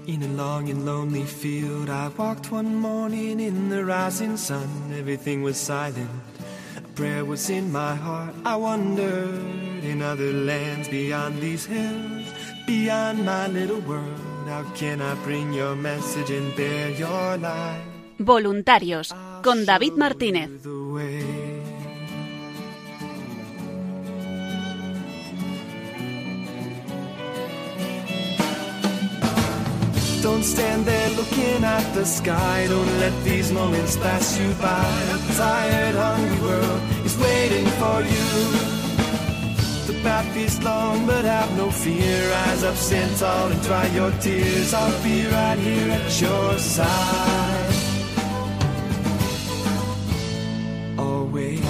In a long and lonely field, I walked one morning in the rising sun. Everything was silent, a prayer was in my heart. I wondered, in other lands beyond these hills, beyond my little world, how can I bring your message and bear your light? Voluntarios, con David Martínez. Don't stand there looking at the sky. Don't let these moments pass you by. A tired, hungry world is waiting for you. The path is long, but have no fear. Rise up, stand tall, and dry your tears. I'll be right here at your side. Always.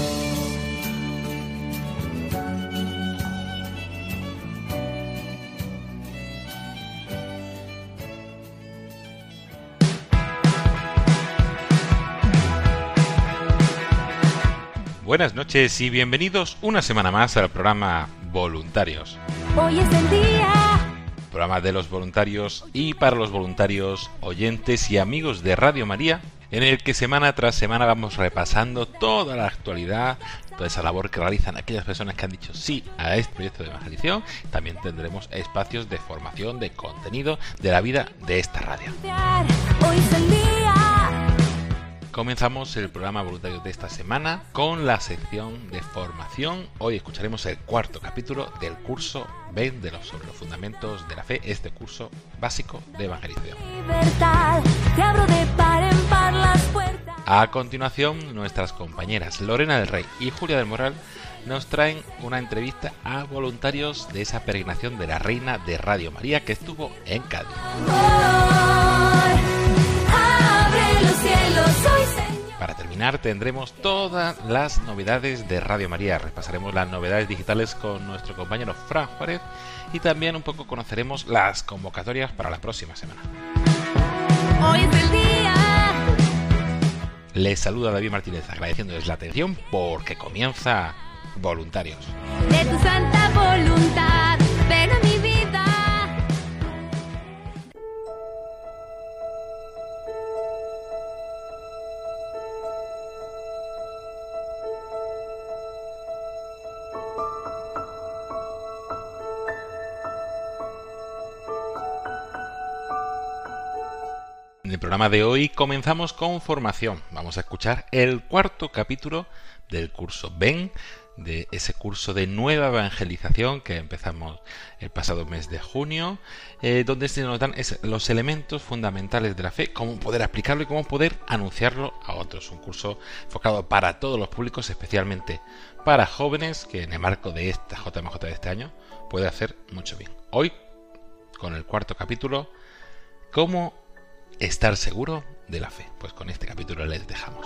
Buenas noches y bienvenidos una semana más al programa Voluntarios. Hoy es el día. Programa de los voluntarios y para los voluntarios, oyentes y amigos de Radio María, en el que semana tras semana vamos repasando toda la actualidad, toda esa labor que realizan aquellas personas que han dicho sí a este proyecto de evangelización. También tendremos espacios de formación, de contenido, de la vida de esta radio. Hoy es el día. Comenzamos el programa voluntario de esta semana con la sección de formación. Hoy escucharemos el cuarto capítulo del curso Ven sobre los fundamentos de la fe, este curso básico de evangelización. Libertad, te abro de par en par las puertas. A continuación, nuestras compañeras Lorena del Rey y Julia del Moral nos traen una entrevista a voluntarios de esa peregrinación de la Reina de Radio María que estuvo en Cádiz. Para terminar tendremos todas las novedades de Radio María. Repasaremos las novedades digitales con nuestro compañero Fran Juárez y también un poco conoceremos las convocatorias para la próxima semana. Hoy es el día. Les saluda David Martínez agradeciéndoles la atención porque comienza Voluntarios. De tu santa voluntad, ven a mi vida. En el programa de hoy comenzamos con formación. Vamos a escuchar el cuarto capítulo del curso Ven, de ese curso de nueva evangelización que empezamos el pasado mes de junio, donde se nos dan los elementos fundamentales de la fe, cómo poder aplicarlo y cómo poder anunciarlo a otros. Un curso enfocado para todos los públicos, especialmente para jóvenes, que en el marco de esta JMJ de este año puede hacer mucho bien. Hoy, con el cuarto capítulo, ¿cómo estar seguro de la fe? Pues con este capítulo les dejamos.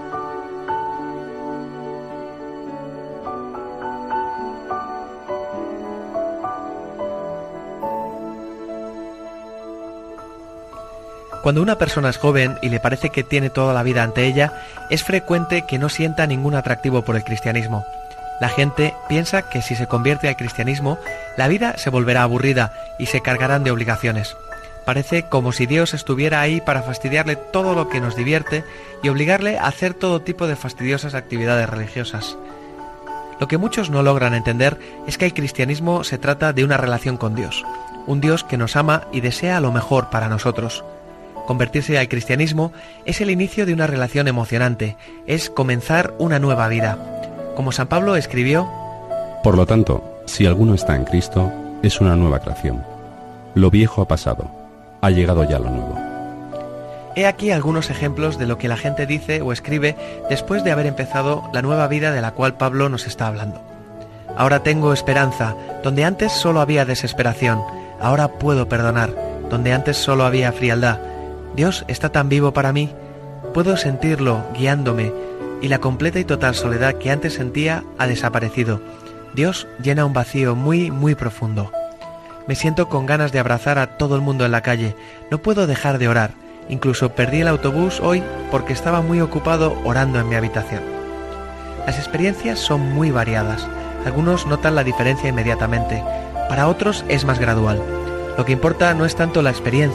Cuando una persona es joven y le parece que tiene toda la vida ante ella, es frecuente que no sienta ningún atractivo por el cristianismo. La gente piensa que si se convierte al cristianismo, la vida se volverá aburrida y se cargarán de obligaciones. Parece como si Dios estuviera ahí para fastidiarle todo lo que nos divierte y obligarle a hacer todo tipo de fastidiosas actividades religiosas. Lo que muchos no logran entender es que el cristianismo se trata de una relación con Dios, un Dios que nos ama y desea lo mejor para nosotros. Convertirse al cristianismo es el inicio de una relación emocionante, es comenzar una nueva vida. Como San Pablo escribió: Por lo tanto, si alguno está en Cristo, es una nueva creación. Lo viejo ha pasado. Ha llegado ya lo nuevo. He aquí algunos ejemplos de lo que la gente dice o escribe después de haber empezado la nueva vida de la cual Pablo nos está hablando. Ahora tengo esperanza, donde antes solo había desesperación. Ahora puedo perdonar, donde antes solo había frialdad. Dios está tan vivo para mí. Puedo sentirlo guiándome y la completa y total soledad que antes sentía ha desaparecido. Dios llena un vacío muy, muy profundo. Me siento con ganas de abrazar a todo el mundo en la calle. No puedo dejar de orar. Incluso perdí el autobús hoy porque estaba muy ocupado orando en mi habitación. Las experiencias son muy variadas. Algunos notan la diferencia inmediatamente. Para otros es más gradual. Lo que importa no es tanto la experiencia,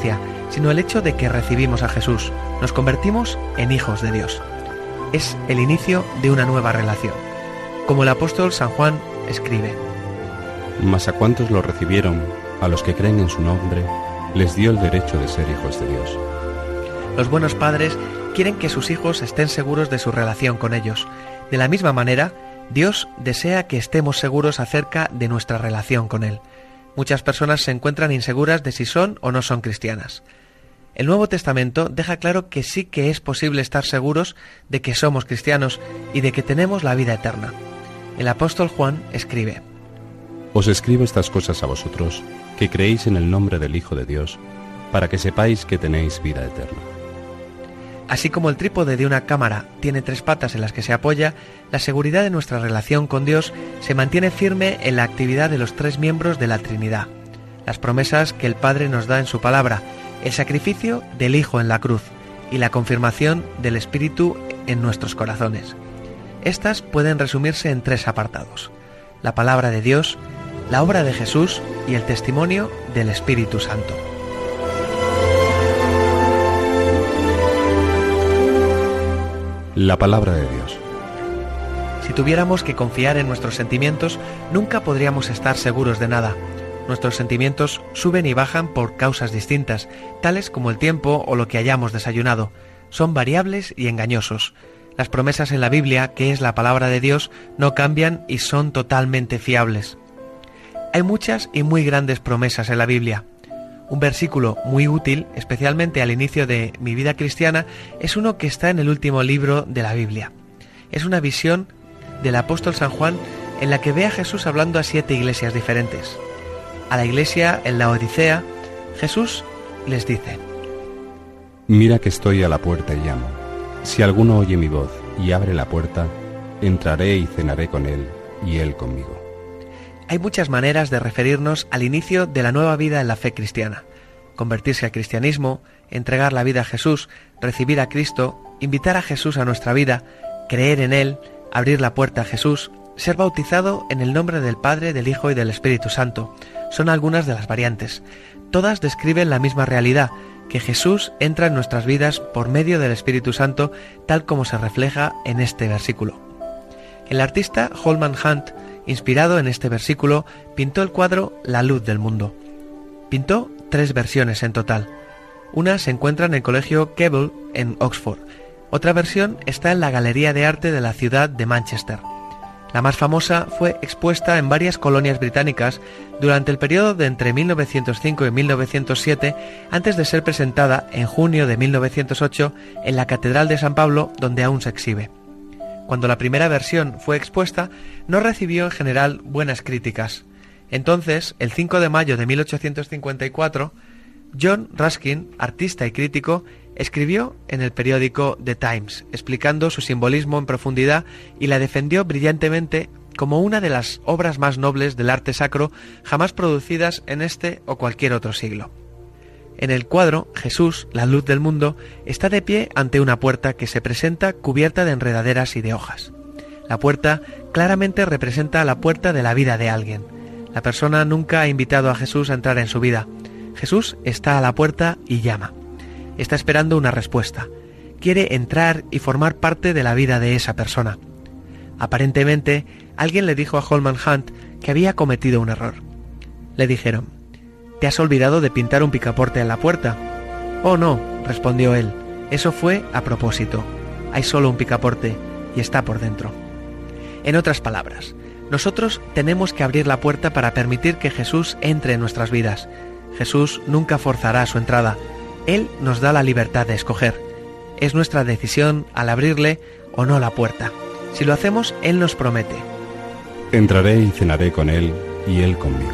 sino el hecho de que recibimos a Jesús, nos convertimos en hijos de Dios. Es el inicio de una nueva relación. Como el apóstol San Juan escribe: Mas a cuantos lo recibieron, a los que creen en su nombre, les dio el derecho de ser hijos de Dios. Los buenos padres quieren que sus hijos estén seguros de su relación con ellos. De la misma manera, Dios desea que estemos seguros acerca de nuestra relación con Él. Muchas personas se encuentran inseguras de si son o no son cristianas. El Nuevo Testamento deja claro que sí que es posible estar seguros de que somos cristianos y de que tenemos la vida eterna. El apóstol Juan escribe: Os escribo estas cosas a vosotros, que creéis en el nombre del Hijo de Dios, para que sepáis que tenéis vida eterna. Así como el trípode de una cámara tiene 3 patas en las que se apoya, la seguridad de nuestra relación con Dios se mantiene firme en la actividad de los 3 miembros de la Trinidad, las promesas que el Padre nos da en su palabra, el sacrificio del Hijo en la cruz y la confirmación del Espíritu en nuestros corazones. Estas pueden resumirse en 3 apartados: la palabra de Dios, la obra de Jesús y el testimonio del Espíritu Santo. La palabra de Dios. Si tuviéramos que confiar en nuestros sentimientos, nunca podríamos estar seguros de nada. Nuestros sentimientos suben y bajan por causas distintas, tales como el tiempo o lo que hayamos desayunado. Son variables y engañosos. Las promesas en la Biblia, que es la palabra de Dios, no cambian y son totalmente fiables. Hay muchas y muy grandes promesas en la Biblia. Un versículo muy útil, especialmente al inicio de mi vida cristiana, es uno que está en el último libro de la Biblia. Es una visión del apóstol San Juan en la que ve a Jesús hablando a 7 iglesias diferentes. A la iglesia en la Odisea, Jesús les dice: Mira que estoy a la puerta y llamo. Si alguno oye mi voz y abre la puerta, entraré y cenaré con él y él conmigo. Hay muchas maneras de referirnos al inicio de la nueva vida en la fe cristiana: convertirse al cristianismo, entregar la vida a Jesús, recibir a Cristo, invitar a Jesús a nuestra vida, creer en Él, abrir la puerta a Jesús, ser bautizado en el nombre del Padre, del Hijo y del Espíritu Santo. Son algunas de las variantes. Todas describen la misma realidad, que Jesús entra en nuestras vidas por medio del Espíritu Santo, tal como se refleja en este versículo. El artista Holman Hunt, inspirado en este versículo, pintó el cuadro La luz del mundo. Pintó 3 versiones en total. Una se encuentra en el colegio Keble en Oxford. Otra versión está en la Galería de Arte de la ciudad de Manchester. La más famosa fue expuesta en varias colonias británicas durante el periodo de entre 1905 y 1907, antes de ser presentada en junio de 1908 en la Catedral de San Pablo, donde aún se exhibe. Cuando la primera versión fue expuesta, no recibió en general buenas críticas. Entonces, el 5 de mayo de 1854, John Ruskin, artista y crítico, escribió en el periódico The Times, explicando su simbolismo en profundidad, y la defendió brillantemente como una de las obras más nobles del arte sacro jamás producidas en este o cualquier otro siglo. En el cuadro, Jesús, la luz del mundo, está de pie ante una puerta que se presenta cubierta de enredaderas y de hojas. La puerta claramente representa la puerta de la vida de alguien. La persona nunca ha invitado a Jesús a entrar en su vida. Jesús está a la puerta y llama. Está esperando una respuesta. Quiere entrar y formar parte de la vida de esa persona. Aparentemente, alguien le dijo a Holman Hunt que había cometido un error. Le dijeron: «¿Te has olvidado de pintar un picaporte en la puerta?» «Oh, no», respondió él, «eso fue a propósito. Hay solo un picaporte y está por dentro». En otras palabras, nosotros tenemos que abrir la puerta para permitir que Jesús entre en nuestras vidas. Jesús nunca forzará su entrada. Él nos da la libertad de escoger. Es nuestra decisión al abrirle o no la puerta. Si lo hacemos, Él nos promete: Entraré y cenaré con él y él conmigo.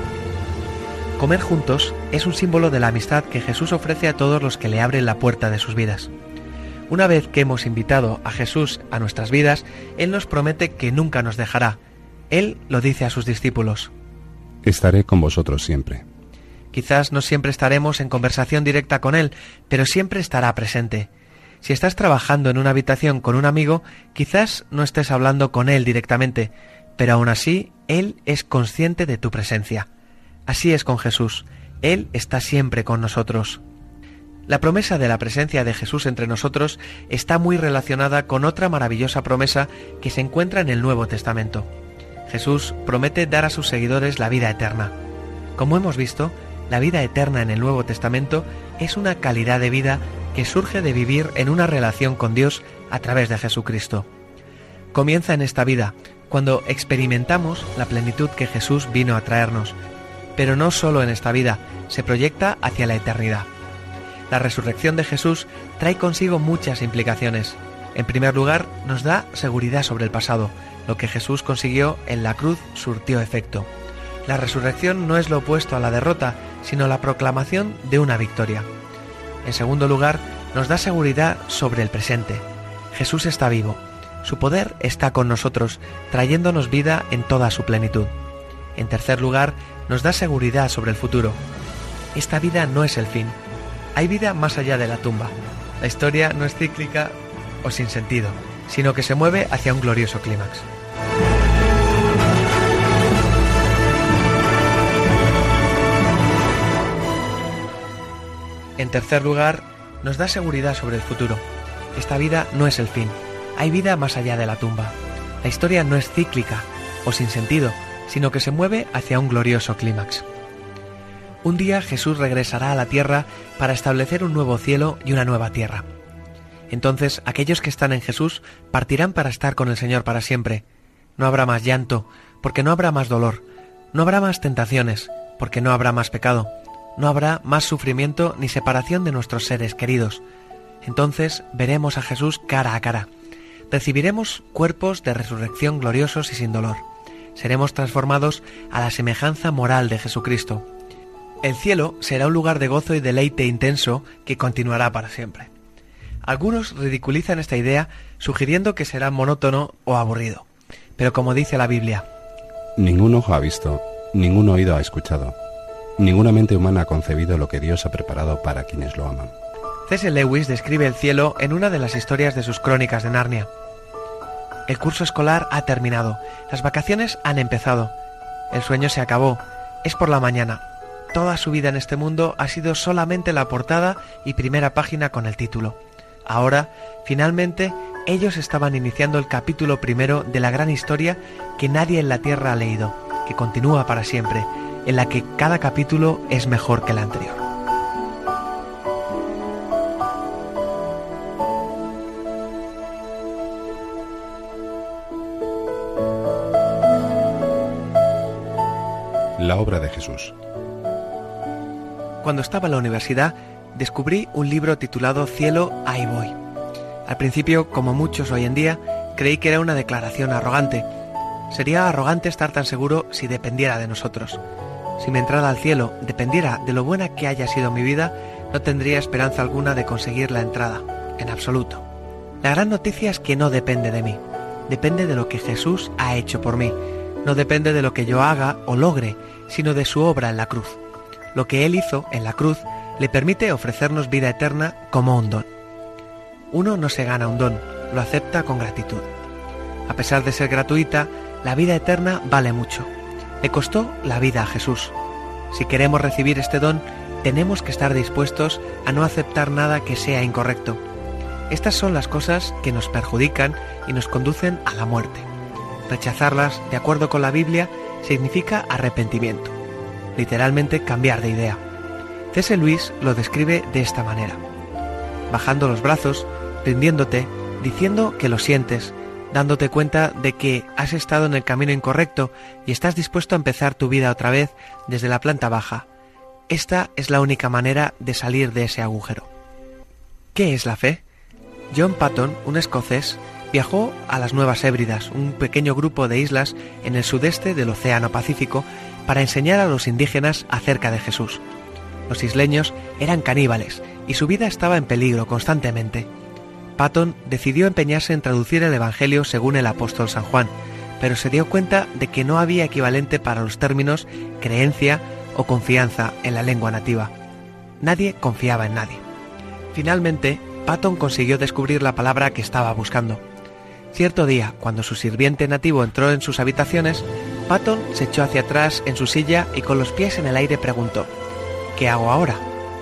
Comer juntos es un símbolo de la amistad que Jesús ofrece a todos los que le abren la puerta de sus vidas. Una vez que hemos invitado a Jesús a nuestras vidas, Él nos promete que nunca nos dejará. Él lo dice a sus discípulos: Estaré con vosotros siempre. Quizás no siempre estaremos en conversación directa con Él, pero siempre estará presente. Si estás trabajando en una habitación con un amigo, quizás no estés hablando con Él directamente, pero aún así, Él es consciente de tu presencia. Así es con Jesús. Él está siempre con nosotros. La promesa de la presencia de Jesús entre nosotros está muy relacionada con otra maravillosa promesa que se encuentra en el Nuevo Testamento. Jesús promete dar a sus seguidores la vida eterna. Como hemos visto, la vida eterna en el Nuevo Testamento es una calidad de vida que surge de vivir en una relación con Dios a través de Jesucristo. Comienza en esta vida, cuando experimentamos la plenitud que Jesús vino a traernos, pero no solo en esta vida, se proyecta hacia la eternidad. La resurrección de Jesús trae consigo muchas implicaciones. En primer lugar, nos da seguridad sobre el pasado. Lo que Jesús consiguió en la cruz surtió efecto. La resurrección no es lo opuesto a la derrota, sino la proclamación de una victoria. En segundo lugar, nos da seguridad sobre el presente. Jesús está vivo. Su poder está con nosotros, trayéndonos vida en toda su plenitud. En tercer lugar, nos da seguridad sobre el futuro. Esta vida no es el fin. Hay vida más allá de la tumba. La historia no es cíclica o sin sentido, sino que se mueve hacia un glorioso clímax. En tercer lugar, nos da seguridad sobre el futuro. Esta vida no es el fin. Hay vida más allá de la tumba. La historia no es cíclica o sin sentido, sino que se mueve hacia un glorioso clímax. Un día Jesús regresará a la tierra para establecer un nuevo cielo y una nueva tierra. Entonces aquellos que están en Jesús partirán para estar con el Señor para siempre. No habrá más llanto, porque no habrá más dolor. No habrá más tentaciones, porque no habrá más pecado. No habrá más sufrimiento ni separación de nuestros seres queridos. Entonces veremos a Jesús cara a cara. Recibiremos cuerpos de resurrección gloriosos y sin dolor. Seremos transformados a la semejanza moral de Jesucristo. El cielo será un lugar de gozo y deleite intenso que continuará para siempre. Algunos ridiculizan esta idea sugiriendo que será monótono o aburrido. Pero como dice la Biblia, ningún ojo ha visto, ningún oído ha escuchado, ninguna mente humana ha concebido lo que Dios ha preparado para quienes lo aman. C.S. Lewis describe el cielo en una de las historias de sus crónicas de Narnia. El curso escolar ha terminado, las vacaciones han empezado, el sueño se acabó, es por la mañana. Toda su vida en este mundo ha sido solamente la portada y primera página con el título. Ahora, finalmente, ellos estaban iniciando el capítulo primero de la gran historia que nadie en la Tierra ha leído, que continúa para siempre, en la que cada capítulo es mejor que el anterior. La obra de Jesús. Cuando estaba en la universidad, descubrí un libro titulado Cielo, ahí voy. Al principio, como muchos hoy en día, creí que era una declaración arrogante. Sería arrogante estar tan seguro si dependiera de nosotros. Si mi entrada al cielo dependiera de lo buena que haya sido mi vida, no tendría esperanza alguna de conseguir la entrada, en absoluto. La gran noticia es que no depende de mí, depende de lo que Jesús ha hecho por mí. No depende de lo que yo haga o logre, sino de su obra en la cruz. Lo que Él hizo en la cruz le permite ofrecernos vida eterna como un don. Uno no se gana un don, lo acepta con gratitud. A pesar de ser gratuita, la vida eterna vale mucho. Le costó la vida a Jesús. Si queremos recibir este don, tenemos que estar dispuestos a no aceptar nada que sea incorrecto. Estas son las cosas que nos perjudican y nos conducen a la muerte. Rechazarlas, de acuerdo con la Biblia, significa arrepentimiento. Literalmente cambiar de idea. C.S. Lewis lo describe de esta manera: bajando los brazos, rindiéndote, diciendo que lo sientes, dándote cuenta de que has estado en el camino incorrecto y estás dispuesto a empezar tu vida otra vez desde la planta baja. Esta es la única manera de salir de ese agujero. ¿Qué es la fe? John Paton, un escocés, viajó a las Nuevas Hébridas, un pequeño grupo de islas en el sudeste del Océano Pacífico, para enseñar a los indígenas acerca de Jesús. Los isleños eran caníbales y su vida estaba en peligro constantemente. Paton decidió empeñarse en traducir el Evangelio según el apóstol San Juan, pero se dio cuenta de que no había equivalente para los términos creencia o confianza en la lengua nativa. Nadie confiaba en nadie. Finalmente, Paton consiguió descubrir la palabra que estaba buscando. Cierto día, cuando su sirviente nativo entró en sus habitaciones, Paton se echó hacia atrás en su silla y con los pies en el aire preguntó: ¿qué hago ahora?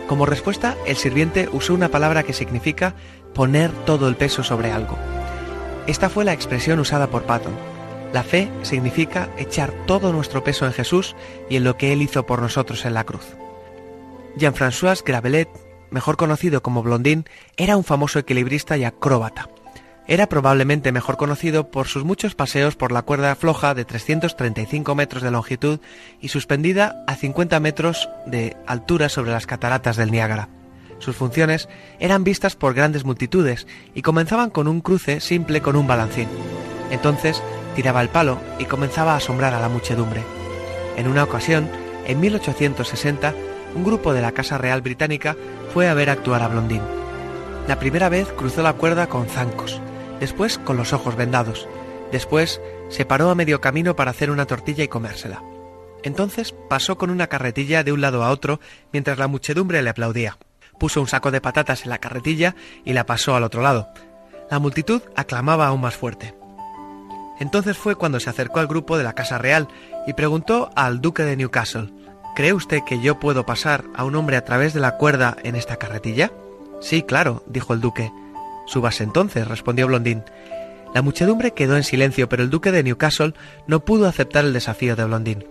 Como respuesta, el sirviente usó una palabra que significa poner todo el peso sobre algo. Esta fue la expresión usada por Patton. La fe significa echar todo nuestro peso en Jesús y en lo que Él hizo por nosotros en la cruz. Jean-François Gravelet, mejor conocido como Blondin, era un famoso equilibrista y acróbata. Era probablemente mejor conocido por sus muchos paseos por la cuerda floja de 335 metros de longitud y suspendida a 50 metros de altura sobre las cataratas del Niágara. Sus funciones eran vistas por grandes multitudes y comenzaban con un cruce simple con un balancín. Entonces tiraba el palo y comenzaba a asombrar a la muchedumbre. En una ocasión, en 1860, un grupo de la Casa Real Británica fue a ver actuar a Blondin. La primera vez cruzó la cuerda con zancos, después con los ojos vendados, después se paró a medio camino para hacer una tortilla y comérsela. Entonces pasó con una carretilla de un lado a otro mientras la muchedumbre le aplaudía. Puso un saco de patatas en la carretilla y la pasó al otro lado. La multitud aclamaba aún más fuerte. Entonces fue cuando se acercó al grupo de la Casa Real y preguntó al duque de Newcastle: ¿cree usted que yo puedo pasar a un hombre a través de la cuerda en esta carretilla? Sí, claro, dijo el duque. Súbase entonces, respondió Blondin. La muchedumbre quedó en silencio, pero el duque de Newcastle no pudo aceptar el desafío de Blondin.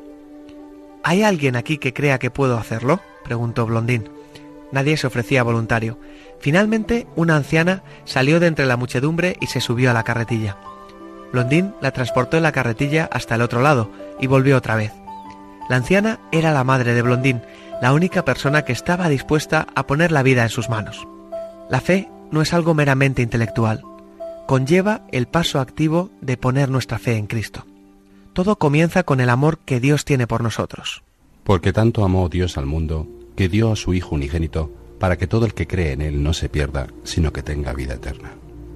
¿Hay alguien aquí que crea que puedo hacerlo?, preguntó Blondin. Nadie se ofrecía voluntario. Finalmente, una anciana salió de entre la muchedumbre y se subió a la carretilla. Blondin la transportó en la carretilla hasta el otro lado y volvió otra vez. La anciana era la madre de Blondin, la única persona que estaba dispuesta a poner la vida en sus manos. La fe no es algo meramente intelectual. Conlleva el paso activo de poner nuestra fe en Cristo. Todo comienza con el amor que Dios tiene por nosotros. Porque tanto amó Dios al mundo, que dio a su Hijo unigénito, para que todo el que cree en Él no se pierda, sino que tenga vida eterna.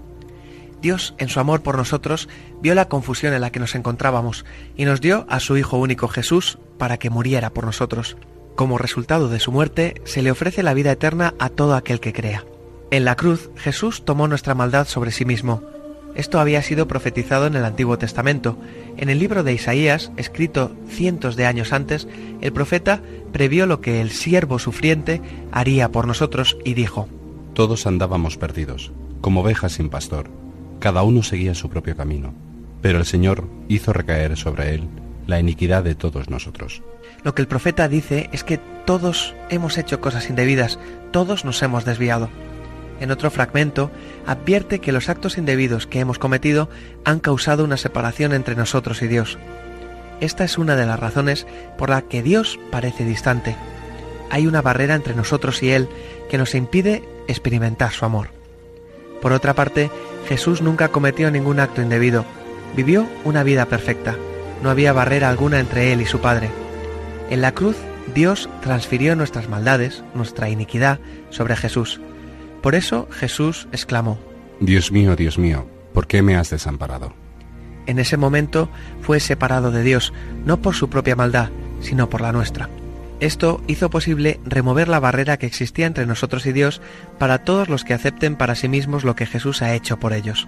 Dios, en su amor por nosotros, vio la confusión en la que nos encontrábamos y nos dio a su Hijo único Jesús para que muriera por nosotros. Como resultado de su muerte, se le ofrece la vida eterna a todo aquel que crea. En la cruz, Jesús tomó nuestra maldad sobre sí mismo. Esto había sido profetizado en el Antiguo Testamento. En el libro de Isaías, escrito cientos de años antes, el profeta previó lo que el siervo sufriente haría por nosotros y dijo: Todos andábamos perdidos, como ovejas sin pastor. Cada uno seguía su propio camino, pero el Señor hizo recaer sobre él la iniquidad de todos nosotros. Lo que el profeta dice es que todos hemos hecho cosas indebidas, todos nos hemos desviado. En otro fragmento, advierte que los actos indebidos que hemos cometido han causado una separación entre nosotros y Dios. Esta es una de las razones por la que Dios parece distante. Hay una barrera entre nosotros y Él que nos impide experimentar su amor. Por otra parte, Jesús nunca cometió ningún acto indebido. Vivió una vida perfecta. No había barrera alguna entre Él y su Padre. En la cruz, Dios transfirió nuestras maldades, nuestra iniquidad, sobre Jesús. Por eso Jesús exclamó: Dios mío, ¿por qué me has desamparado? En ese momento fue separado de Dios, no por su propia maldad, sino por la nuestra. Esto hizo posible remover la barrera que existía entre nosotros y Dios para todos los que acepten para sí mismos lo que Jesús ha hecho por ellos.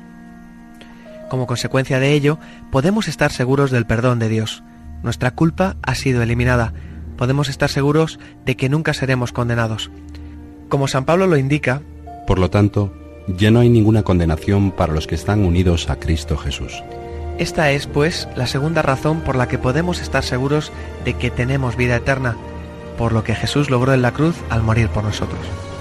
Como consecuencia de ello, podemos estar seguros del perdón de Dios. Nuestra culpa ha sido eliminada. Podemos estar seguros de que nunca seremos condenados. Como San Pablo lo indica, por lo tanto, ya no hay ninguna condenación para los que están unidos a Cristo Jesús. Esta es, pues, la segunda razón por la que podemos estar seguros de que tenemos vida eterna, por lo que Jesús logró en la cruz al morir por nosotros.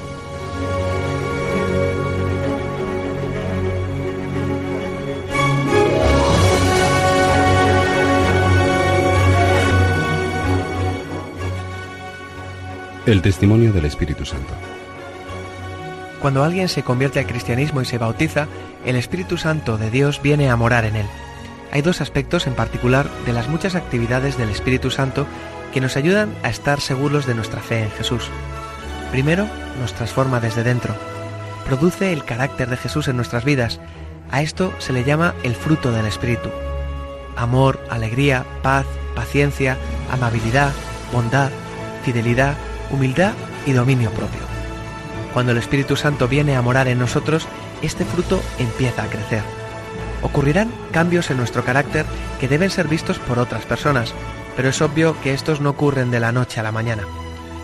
El testimonio del Espíritu Santo. Cuando alguien se convierte al cristianismo y se bautiza, el Espíritu Santo de Dios viene a morar en él. Hay dos aspectos en particular de las muchas actividades del Espíritu Santo que nos ayudan a estar seguros de nuestra fe en Jesús. Primero, nos transforma desde dentro. Produce el carácter de Jesús en nuestras vidas. A esto se le llama el fruto del Espíritu. Amor, alegría, paz, paciencia, amabilidad, bondad, fidelidad, humildad y dominio propio. Cuando el Espíritu Santo viene a morar en nosotros, este fruto empieza a crecer. Ocurrirán cambios en nuestro carácter que deben ser vistos por otras personas, pero es obvio que estos no ocurren de la noche a la mañana.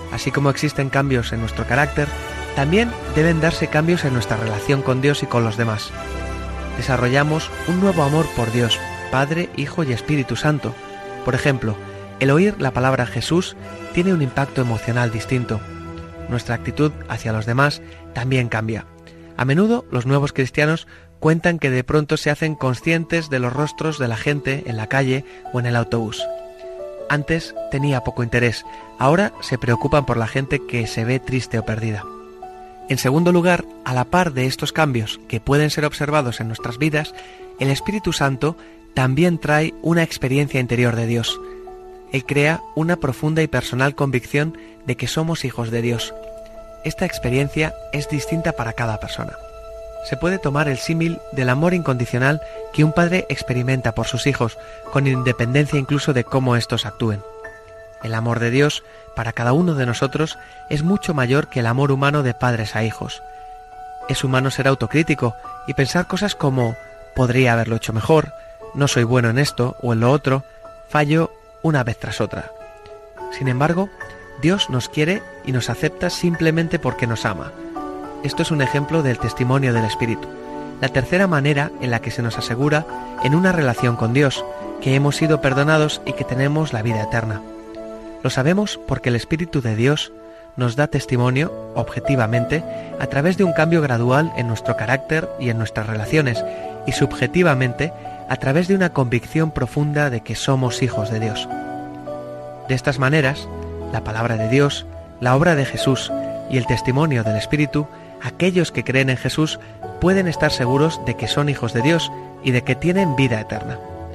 Así como existen cambios en nuestro carácter, también deben darse cambios en nuestra relación con Dios y con los demás. Desarrollamos un nuevo amor por Dios, Padre, Hijo y Espíritu Santo. Por ejemplo, el oír la palabra Jesús tiene un impacto emocional distinto. Nuestra actitud hacia los demás también cambia. A menudo los nuevos cristianos cuentan que de pronto se hacen conscientes de los rostros de la gente en la calle o en el autobús. Antes tenía poco interés, ahora se preocupan por la gente que se ve triste o perdida. En segundo lugar, a la par de estos cambios que pueden ser observados en nuestras vidas, el Espíritu Santo también trae una experiencia interior de Dios. Él crea una profunda y personal convicción de que somos hijos de Dios. Esta experiencia es distinta para cada persona. Se puede tomar el símil del amor incondicional que un padre experimenta por sus hijos, con independencia incluso de cómo éstos actúen. El amor de Dios para cada uno de nosotros es mucho mayor que el amor humano de padres a hijos. Es humano ser autocrítico y pensar cosas como «podría haberlo hecho mejor», «no soy bueno en esto o en lo otro», «fallo una vez tras otra». Sin embargo, Dios nos quiere y nos acepta simplemente porque nos ama. Esto es un ejemplo del testimonio del Espíritu, la tercera manera en la que se nos asegura en una relación con Dios, que hemos sido perdonados y que tenemos la vida eterna. Lo sabemos porque el Espíritu de Dios nos da testimonio, objetivamente, a través de un cambio gradual en nuestro carácter y en nuestras relaciones, y subjetivamente, a través de una convicción profunda de que somos hijos de Dios. De estas maneras, la palabra de Dios, la obra de Jesús y el testimonio del Espíritu, aquellos que creen en Jesús pueden estar seguros de que son hijos de Dios y de que tienen vida eterna.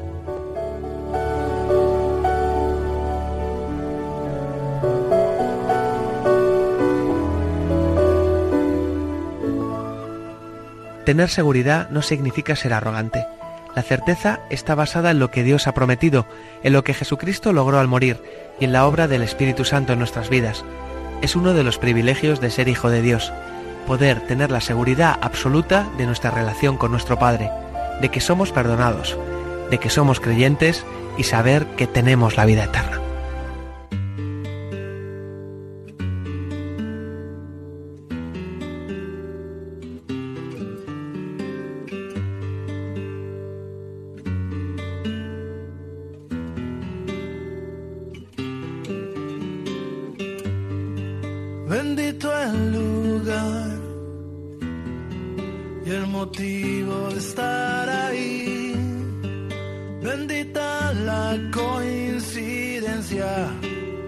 Tener seguridad no significa ser arrogante. La certeza está basada en lo que Dios ha prometido, en lo que Jesucristo logró al morir y en la obra del Espíritu Santo en nuestras vidas. Es uno de los privilegios de ser hijo de Dios, poder tener la seguridad absoluta de nuestra relación con nuestro Padre, de que somos perdonados, de que somos creyentes y saber que tenemos la vida eterna. Bendito el lugar y el motivo de estar ahí. Bendita la coincidencia.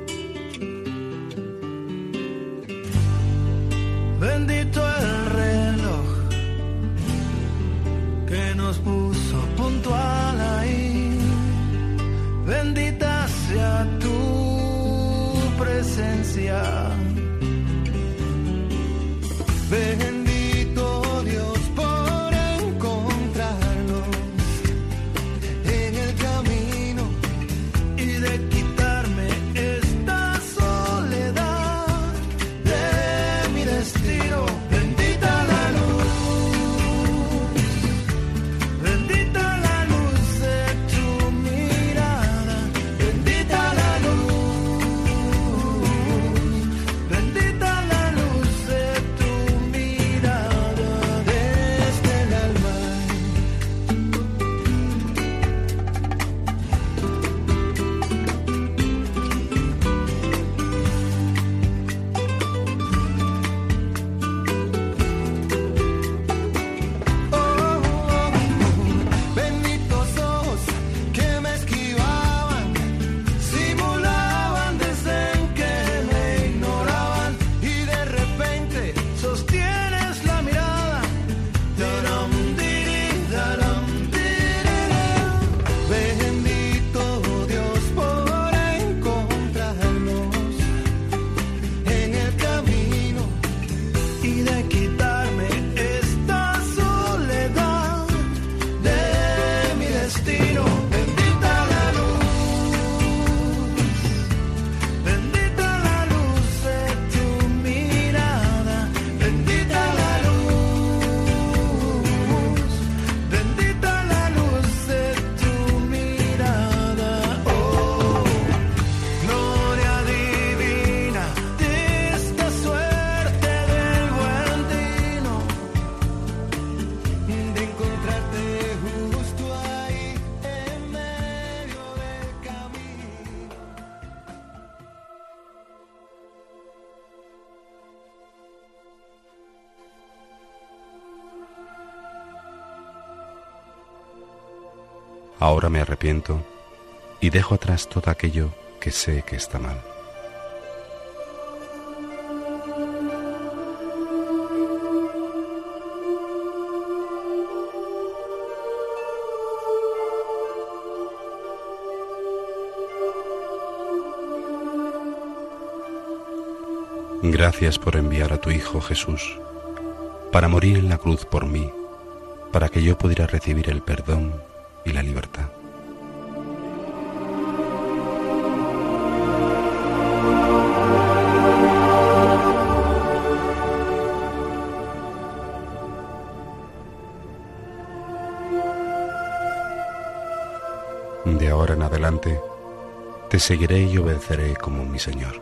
Bendito el reloj que nos puso puntual ahí. Bendita sea tu presencia. Bendito Dios por encontrarnos en el camino y de quitarme esta soledad de mi destino. Bendita la luz de tu mirada. Bendita la luz de tu mirada. Ahora me arrepiento y dejo atrás todo aquello que sé que está mal. Gracias por enviar a tu Hijo Jesús, para morir en la cruz por mí, para que yo pudiera recibir el perdón y la libertad. De ahora en adelante, te seguiré y obedeceré como mi Señor.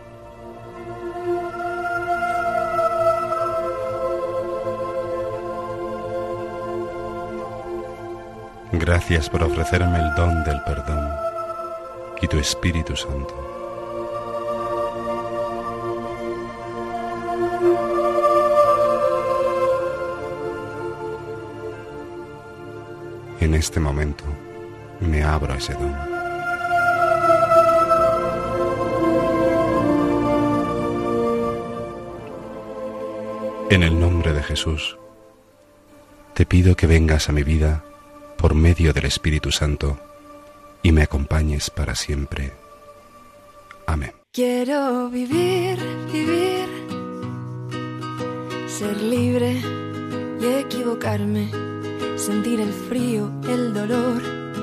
Gracias por ofrecerme el don del perdón y tu Espíritu Santo. En este momento me abro a ese don. En el nombre de Jesús, te pido que vengas a mi vida por medio del Espíritu Santo y me acompañes para siempre. Amén. Quiero vivir, vivir, ser libre y equivocarme, sentir el frío, el dolor,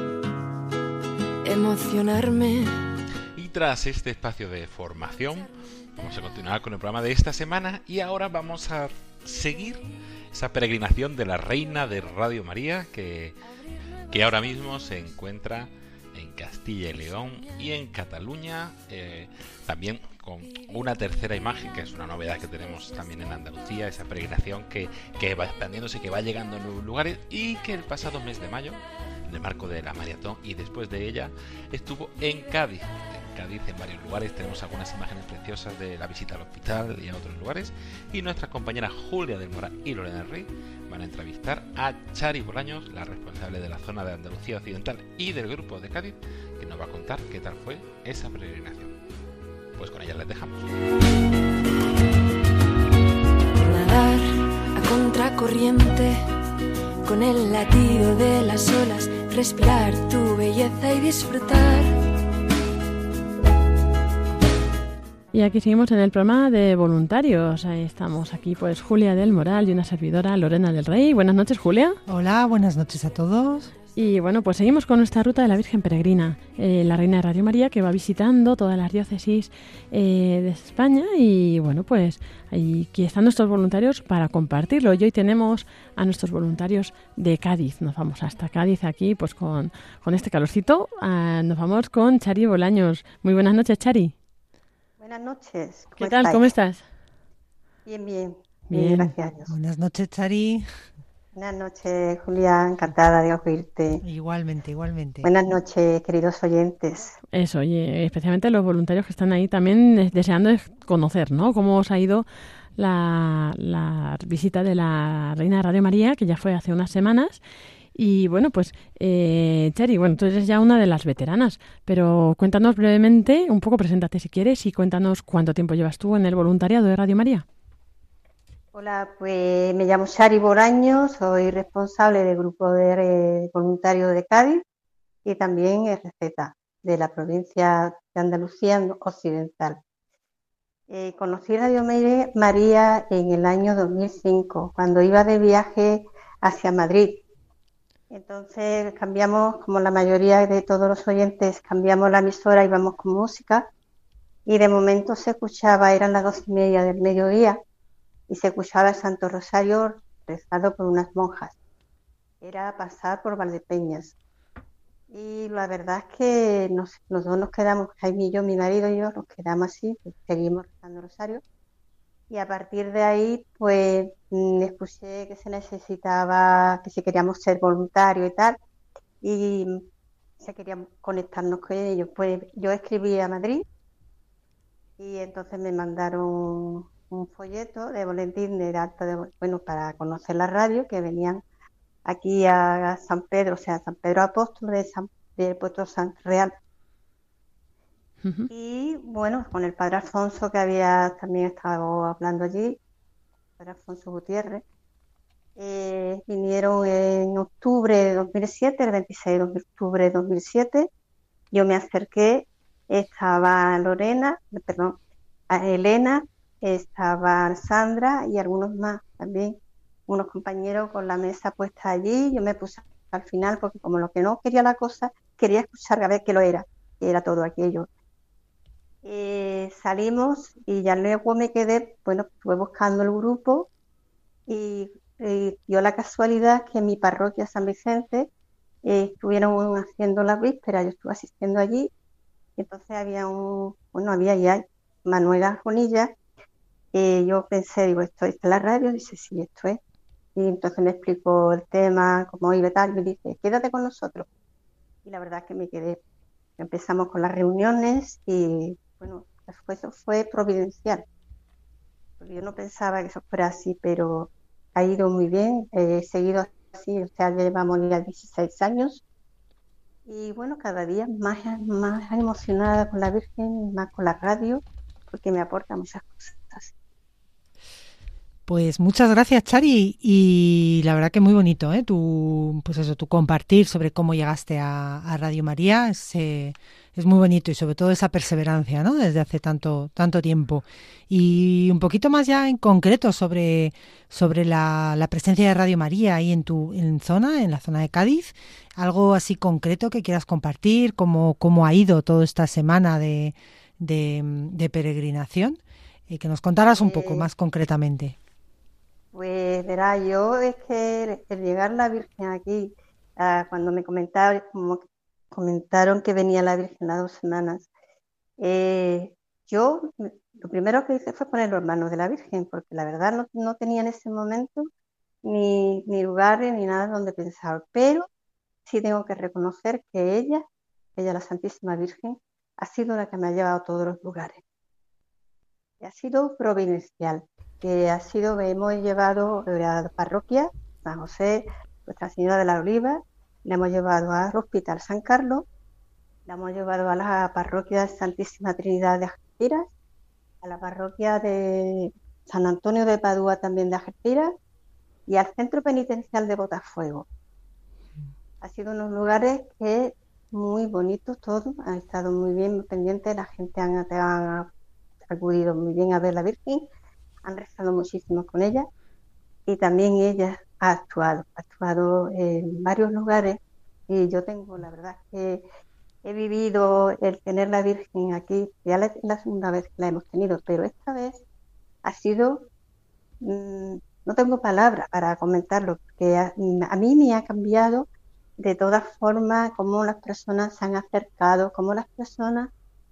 emocionarme. Y tras este espacio de formación, vamos a continuar con el programa de esta semana y ahora vamos a seguir esa peregrinación de la Reina de Radio María que ahora mismo se encuentra en Castilla y León y en Cataluña, también con una tercera imagen, que es una novedad que tenemos también en Andalucía, esa peregrinación que va expandiéndose, que va llegando a nuevos lugares y que el pasado mes de mayo, en el marco de la maratón y después de ella, estuvo en Cádiz. En varios lugares tenemos algunas imágenes preciosas de la visita al hospital y a otros lugares, y nuestras compañeras Julia del Moral y Lorena Rey van a entrevistar a Chari Bolaños, la responsable de la zona de Andalucía Occidental y del grupo de Cádiz, que nos va a contar qué tal fue esa peregrinación. Pues con ella les dejamos. Nadar a contracorriente, con el latido de las olas, respirar tu belleza y disfrutar. Y aquí seguimos en el programa de voluntarios. Estamos aquí pues Julia del Moral y una servidora, Lorena del Rey. Buenas noches, Julia. Hola, buenas noches a todos. Y bueno, pues seguimos con nuestra ruta de la Virgen Peregrina, la Reina de Radio María, que va visitando todas las diócesis de España. Y bueno, pues aquí están nuestros voluntarios para compartirlo. Y hoy tenemos a nuestros voluntarios de Cádiz. Nos vamos hasta Cádiz aquí, pues con este calorcito. Nos vamos con Chari Bolaños. Muy buenas noches, Chari. Buenas noches. ¿Qué tal? ¿Cómo estás? Bien, bien. Bien. Gracias a Dios. Buenas noches, Chari. Buenas noches, Julia. Encantada de oírte. Igualmente. Buenas noches, queridos oyentes. Eso, oye, especialmente los voluntarios que están ahí también deseando conocer, ¿no? Cómo os ha ido la visita de la Reina de Radio María, que ya fue hace unas semanas. Y bueno, pues Chari, bueno, tú eres ya una de las veteranas, pero cuéntanos brevemente, un poco, preséntate si quieres y cuéntanos cuánto tiempo llevas tú en el voluntariado de Radio María. Hola, pues me llamo Chari Bolaños, soy responsable del grupo de voluntarios de Cádiz y también RZ de la provincia de Andalucía Occidental. Conocí Radio María en el año 2005, cuando iba de viaje hacia Madrid. Entonces cambiamos, como la mayoría de todos los oyentes, cambiamos la emisora, íbamos con música y de momento se escuchaba, eran las 12:30 del mediodía y se escuchaba el Santo Rosario rezado por unas monjas. Era pasar por Valdepeñas y la verdad es que los dos nos quedamos, Jaime y yo, mi marido y yo, nos quedamos así, pues, seguimos rezando el Rosario. Y a partir de ahí, pues, escuché que se necesitaba, que si queríamos ser voluntarios y tal, y se querían conectarnos con ellos. Pues yo escribí a Madrid y entonces me mandaron un folleto de boletín de acta para conocer la radio, que venían aquí a San Pedro, o sea, San Pedro Apóstol del Puerto San Real. Ujú. Y bueno, con el padre Alfonso, que había también estado hablando allí, el padre Alfonso Gutiérrez, vinieron en octubre de 2007, el 26 de octubre de 2007. Yo me acerqué, estaba Lorena, perdón, a Elena, estaba Sandra y algunos más también, unos compañeros con la mesa puesta allí. Yo me puse al final porque como lo que no quería la cosa, quería escuchar a ver qué lo era, que era todo aquello. Salimos y ya luego me quedé, bueno, estuve buscando el grupo y dio la casualidad que en mi parroquia San Vicente estuvieron haciendo la víspera, yo estuve asistiendo allí, y entonces había ya Manuel Arjonilla, yo pensé, digo, ¿esto es la radio? Dice, sí, esto es. Y entonces me explicó el tema, cómo iba y tal, y me dice, quédate con nosotros. Y la verdad es que me quedé. Empezamos con las reuniones y, bueno, eso fue providencial. Porque yo no pensaba que eso fuera así, pero ha ido muy bien. He seguido así, o sea, ya llevamos ya 16 años. Y bueno, cada día más emocionada con la Virgen, más con la radio, porque me aporta muchas cosas. Pues muchas gracias, Chari, y la verdad que muy bonito, ¿eh? Tu compartir sobre cómo llegaste a Radio María es muy bonito, y sobre todo esa perseverancia, ¿no? Desde hace tanto tiempo. Y un poquito más ya en concreto sobre la presencia de Radio María ahí en la zona de Cádiz, algo así concreto que quieras compartir, cómo ha ido toda esta semana de peregrinación, y que nos contaras un poco más concretamente. Pues verá, yo es que el llegar la Virgen aquí, cuando me comentaron que venía la Virgen las 2 semanas, yo lo primero que hice fue poner los manos de la Virgen, porque la verdad no tenía en ese momento ni lugares ni nada donde pensar, pero sí tengo que reconocer que ella, la Santísima Virgen, ha sido la que me ha llevado a todos los lugares. Y ha sido providencial, que hemos llevado a la parroquia San José, Nuestra Señora de la Oliva, la hemos llevado al Hospital San Carlos, la hemos llevado a la parroquia Santísima Trinidad de Algeciras, a la parroquia de San Antonio de Padua también de Algeciras y al centro penitencial de Botafuego. Ha sido unos lugares que muy bonitos todos, han estado muy bien, muy pendientes, la gente han acudido muy bien a ver la Virgen, han rezado muchísimo con ella y también ella ha actuado en varios lugares, y yo tengo, la verdad, que he vivido el tener la Virgen aquí, ya es la segunda vez que la hemos tenido, pero esta vez ha sido, no tengo palabras para comentarlo, porque a mí me ha cambiado de todas formas cómo las personas se han acercado, cómo las personas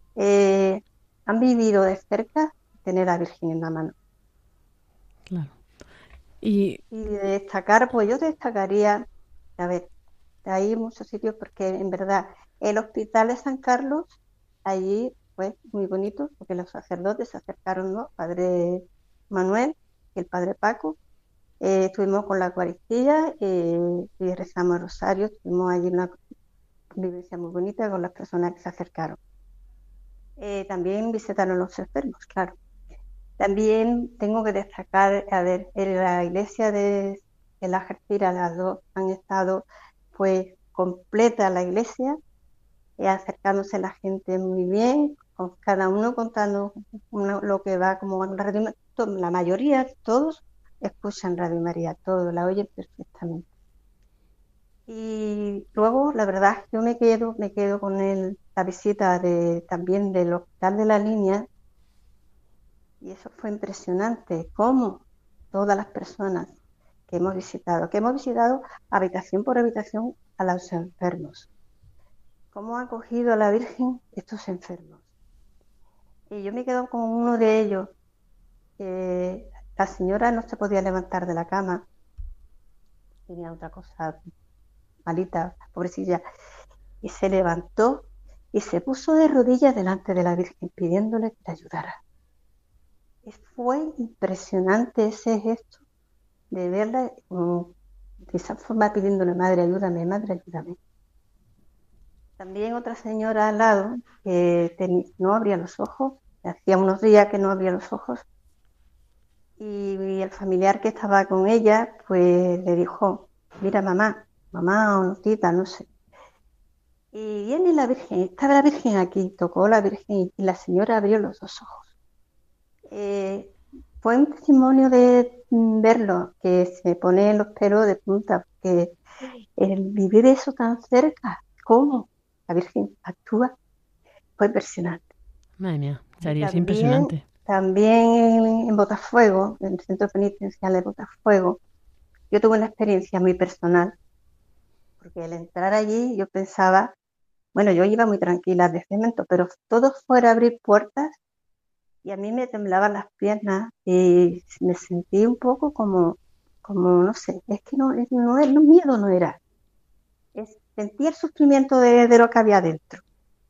han vivido de cerca tener a la Virgen en la mano. Claro. Y de destacar, pues yo destacaría, a ver, hay muchos sitios, porque en verdad el Hospital de San Carlos, allí fue muy bonito, porque los sacerdotes se acercaron, ¿no? Padre Manuel y el Padre Paco, estuvimos con la Eucaristía y rezamos el rosario, tuvimos allí una convivencia muy bonita con las personas que se acercaron. También visitaron los enfermos, claro. También tengo que destacar, a ver, en la iglesia de la Algeciras, las dos han estado pues completa la iglesia, acercándose la gente muy bien, con cada uno contando lo que va, como en la radio, la mayoría, todos escuchan Radio María, todos la oyen perfectamente. Y luego, la verdad es que yo me quedo con la visita también del Hospital de la Línea, y eso fue impresionante, cómo todas las personas que hemos visitado habitación por habitación a los enfermos, cómo ha acogido a la Virgen estos enfermos. Y yo me quedo con uno de ellos, que la señora no se podía levantar de la cama, tenía otra cosa malita, pobrecilla, y se levantó y se puso de rodillas delante de la Virgen pidiéndole que le ayudara. Y fue impresionante ese gesto de verla de esa forma pidiéndole, madre, ayúdame, madre, ayúdame. También otra señora al lado que no abría los ojos, hacía unos días que no abría los ojos, y el familiar que estaba con ella, pues le dijo, mira mamá o notita, no sé. Y viene la Virgen, estaba la Virgen aquí, tocó la Virgen y la señora abrió los dos ojos. Fue un testimonio de verlo, que se pone los pelos de punta, porque el vivir eso tan cerca, cómo la Virgen actúa, fue impresionante. Madre mía, Chari, es impresionante. También en Botafuego, en el centro penitencial de Botafuego, yo tuve una experiencia muy personal, porque al entrar allí yo pensaba, bueno, yo iba muy tranquila de cemento, pero todo fuera abrir puertas y a mí me temblaban las piernas y me sentí un poco como no sé, es que no, miedo no era, sentí el sufrimiento de lo que había dentro.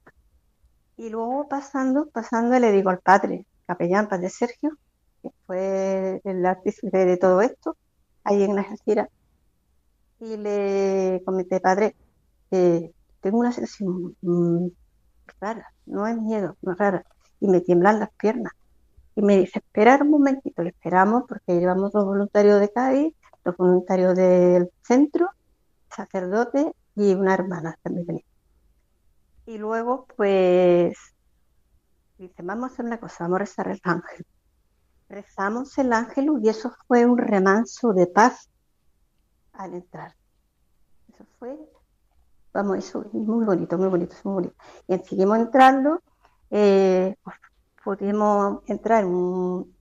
Y luego pasando le digo al padre, capellán, padre Sergio, que fue el artífice de todo esto, ahí en Algeciras, y le comenté, padre, tengo una sensación rara, no es miedo, no es rara, y me tiemblan las piernas. Y me dice, esperar un momentito, le esperamos porque llevamos 2 voluntarios de Cádiz, 2 voluntarios del centro, sacerdote y una hermana también venía. Y luego, pues, dice, vamos a hacer una cosa, vamos a rezar el ángel. Rezamos el ángel y eso fue un remanso de paz al entrar. Eso fue, vamos, eso muy bonito, muy bonito, muy bonito. Y seguimos entrando, pues, pudimos entrar en un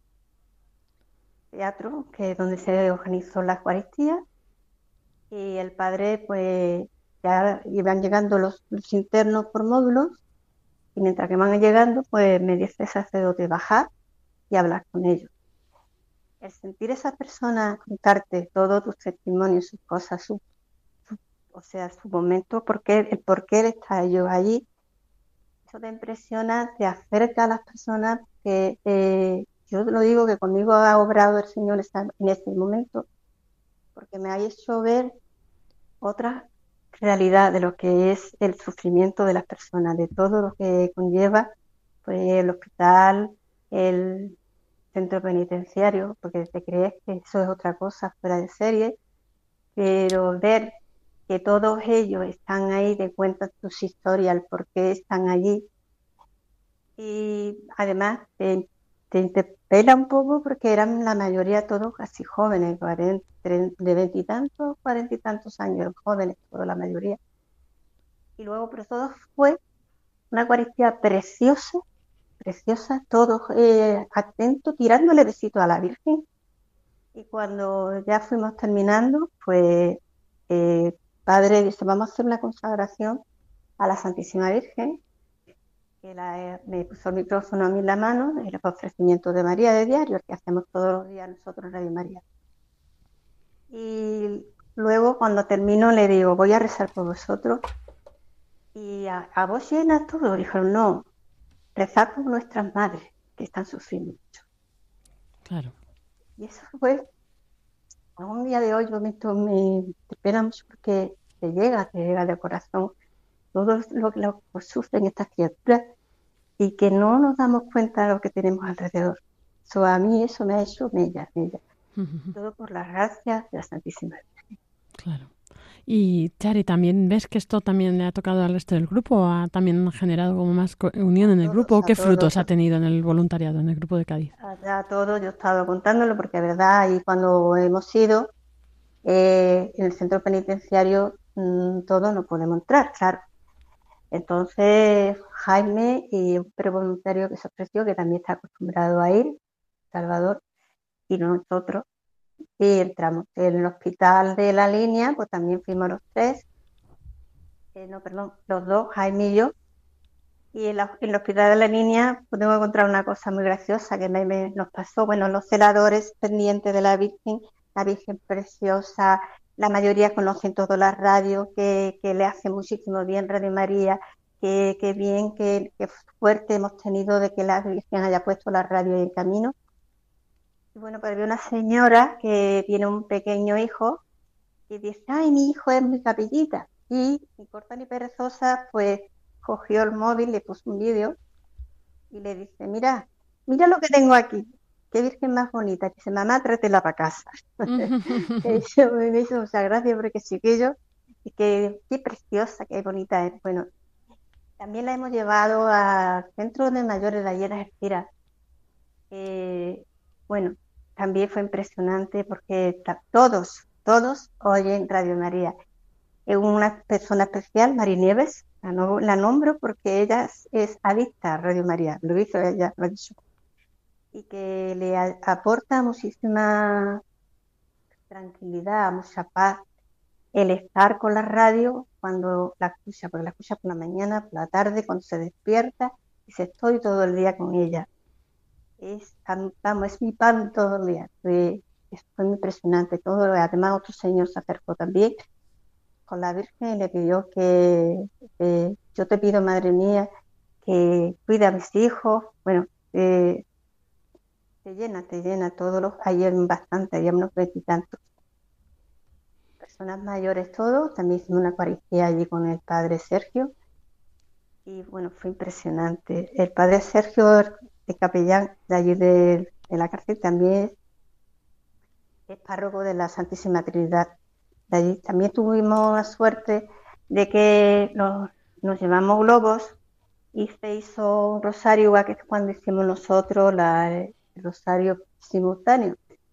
teatro que es donde se organizó la Eucaristía y el padre, pues, ya iban llegando los internos por módulos y mientras que van llegando, pues me dice el sacerdote bajar y hablar con ellos. El sentir a esa persona contarte todos tus testimonios, sus cosas, su momento, el por qué él está ellos allí, eso te impresiona, te acerca a las personas que yo lo digo que conmigo ha obrado el Señor en este momento, porque me ha hecho ver otra realidad de lo que es el sufrimiento de las personas, de todo lo que conlleva pues, el hospital, el centro penitenciario, porque te crees que eso es otra cosa fuera de serie, pero ver que todos ellos están ahí, te cuentan sus historias, el por qué están allí, y además te interpela un poco porque eran la mayoría todos casi jóvenes, de 20 y tantos, 40 y tantos años, jóvenes, toda la mayoría. Y luego, pero todo fue una Eucaristía preciosa, todos atentos, tirándole besitos a la Virgen. Y cuando ya fuimos terminando, pues padre dice, vamos a hacer una consagración a la Santísima Virgen, que me puso el micrófono a mí en la mano, el ofrecimiento de María de diario, el que hacemos todos los días nosotros en Radio María. Y luego cuando termino le digo, voy a rezar por vosotros. Y a vos llena todo. Dijeron, no, rezar por nuestras madres que están sufriendo mucho. Claro. Y eso fue, a un día de hoy yo me espera mucho porque te llega del corazón todo lo que sufren estas criaturas y que no nos damos cuenta de lo que tenemos alrededor. A mí eso me ha hecho mella. Todo por las gracias de la Santísima Virgen. Claro. Y Chari, ¿también ves que esto también le ha tocado al resto del grupo? ¿Ha también generado como más unión en el grupo? ¿Qué frutos ha tenido en el voluntariado, en el grupo de Cádiz? A todo, yo he estado contándolo porque es verdad, y cuando hemos ido en el centro penitenciario todos no podemos entrar, claro. Entonces Jaime y un prevoluntario que se ofreció, que también está acostumbrado a ir, Salvador, y nosotros, y entramos. En el hospital de la línea, pues también fuimos los 3, los 2, Jaime y yo, y en el hospital de la línea pudimos encontrar una cosa muy graciosa que nos pasó, bueno, los celadores pendientes de la Virgen preciosa, la mayoría conocen todas las radios, que le hace muchísimo bien Radio María, que bien, que fuerte hemos tenido de que la Virgen haya puesto la radio en camino. Y bueno, pues había una señora que tiene un pequeño hijo y dice, ay, mi hijo es muy capillita. Y corta ni perezosa, pues cogió el móvil, le puso un vídeo y le dice, mira lo que tengo aquí, qué virgen más bonita, que dice, mamá, tráetela para casa. Eso me hizo mucha gracia porque chiquillo, y que qué preciosa, qué bonita es. Bueno, también la hemos llevado al centro de mayores de Ayer Algeciras. Bueno, también fue impresionante porque todos oyen Radio María. Es una persona especial, Mari Nieves, la nombro porque ella es adicta a Radio María, lo hizo ella, lo ha dicho, y que le aporta muchísima tranquilidad, mucha paz el estar con la radio cuando la escucha, porque la escucha por la mañana, por la tarde, cuando se despierta, y estoy todo el día con ella. Es mi pan todo el día. Fue muy impresionante todo. Además, otro señor se acercó también con la Virgen y le pidió que yo te pido, Madre mía, que cuide a mis hijos. Bueno, te llena todos los, ayer bastante, ayer unos 20 y tantos. Personas mayores todos, también hicimos una Eucaristía allí con el padre Sergio y bueno, fue impresionante. El padre Sergio, el capellán de allí de la cárcel, también es párroco de la Santísima Trinidad. De allí también tuvimos la suerte de que nos llevamos globos y se hizo un rosario, igual que cuando hicimos nosotros el rosario simultáneo.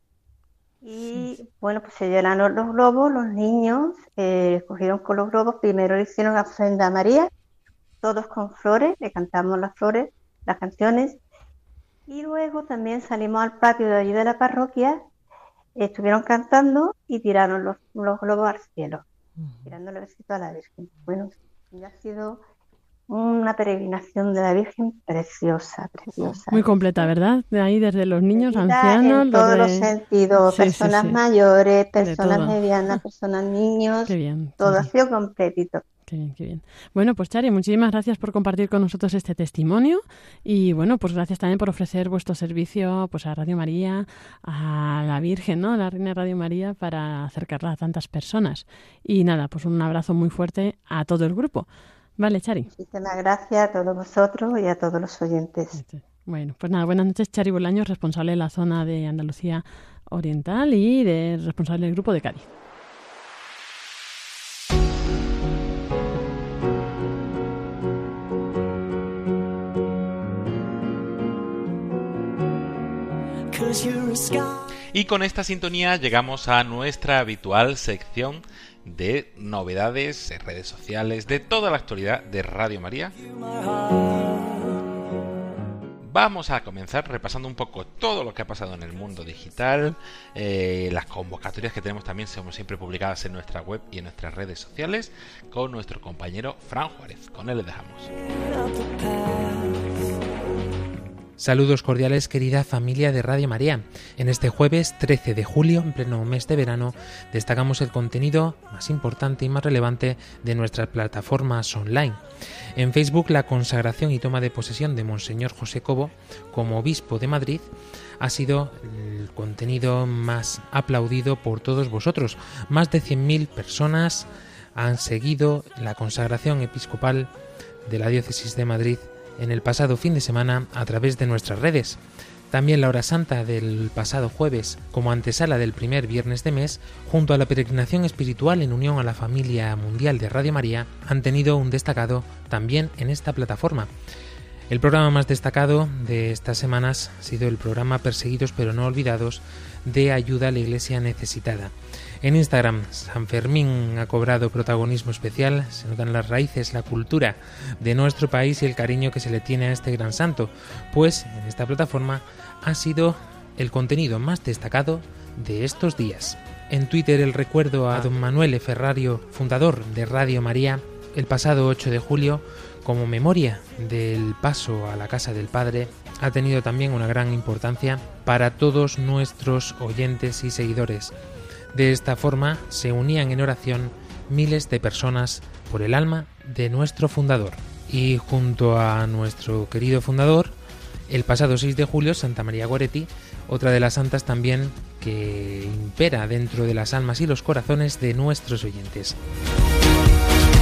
Y bueno, pues se llenaron los globos, los niños cogieron con los globos, primero le hicieron ofrenda a María, todos con flores, le cantamos las flores, las canciones, y luego también salimos al patio de allí de la parroquia, estuvieron cantando y tiraron los globos al cielo, tirándole besitos a la Virgen. Bueno, ya ha sido una peregrinación de la Virgen preciosa. Muy completa, ¿verdad? De ahí desde los niños, ancianos... En todos los sentidos, personas mayores, personas medianas, personas niños, Qué bien, todo sí. ha sido completito. Qué bien, qué bien. Bueno, pues Chari, muchísimas gracias por compartir con nosotros este testimonio y bueno, pues gracias también por ofrecer vuestro servicio pues a Radio María, a la Virgen, ¿no? La Reina Radio María, para acercarla a tantas personas. Y nada, pues un abrazo muy fuerte a todo el grupo. Vale, Chari. Muchísimas gracias a todos vosotros y a todos los oyentes. Bueno, pues nada, buenas noches, Chari Bolaños, responsable de la zona de Andalucía Oriental y responsable del grupo de Cádiz. Y con esta sintonía llegamos a nuestra habitual sección de novedades, redes sociales, de toda la actualidad de Radio María. Vamos a comenzar repasando un poco todo lo que ha pasado en el mundo digital, las convocatorias que tenemos también, como siempre, publicadas en nuestra web y en nuestras redes sociales, con nuestro compañero Fran Juárez. Con él le dejamos. Saludos cordiales, querida familia de Radio María. En este jueves 13 de julio, en pleno mes de verano, destacamos el contenido más importante y más relevante de nuestras plataformas online. En Facebook, la consagración y toma de posesión de Monseñor José Cobo como obispo de Madrid ha sido el contenido más aplaudido por todos vosotros. Más de 100.000 personas han seguido la consagración episcopal de la Diócesis de Madrid en el pasado fin de semana a través de nuestras redes. También la hora santa del pasado jueves, como antesala del primer viernes de mes, junto a la peregrinación espiritual en unión a la familia mundial de Radio María, han tenido un destacado también en esta plataforma. El programa más destacado de estas semanas ha sido el programa Perseguidos pero no olvidados, de ayuda a la Iglesia necesitada. En Instagram, San Fermín ha cobrado protagonismo especial, se notan las raíces, la cultura de nuestro país y el cariño que se le tiene a este gran santo, pues en esta plataforma ha sido el contenido más destacado de estos días. En Twitter, el recuerdo a don Manuel Ferrario, fundador de Radio María, el pasado 8 de julio, como memoria del paso a la casa del Padre, ha tenido también una gran importancia para todos nuestros oyentes y seguidores. De esta forma se unían en oración miles de personas por el alma de nuestro fundador. Y junto a nuestro querido fundador, el pasado 6 de julio, Santa María Goretti, otra de las santas también que impera dentro de las almas y los corazones de nuestros oyentes.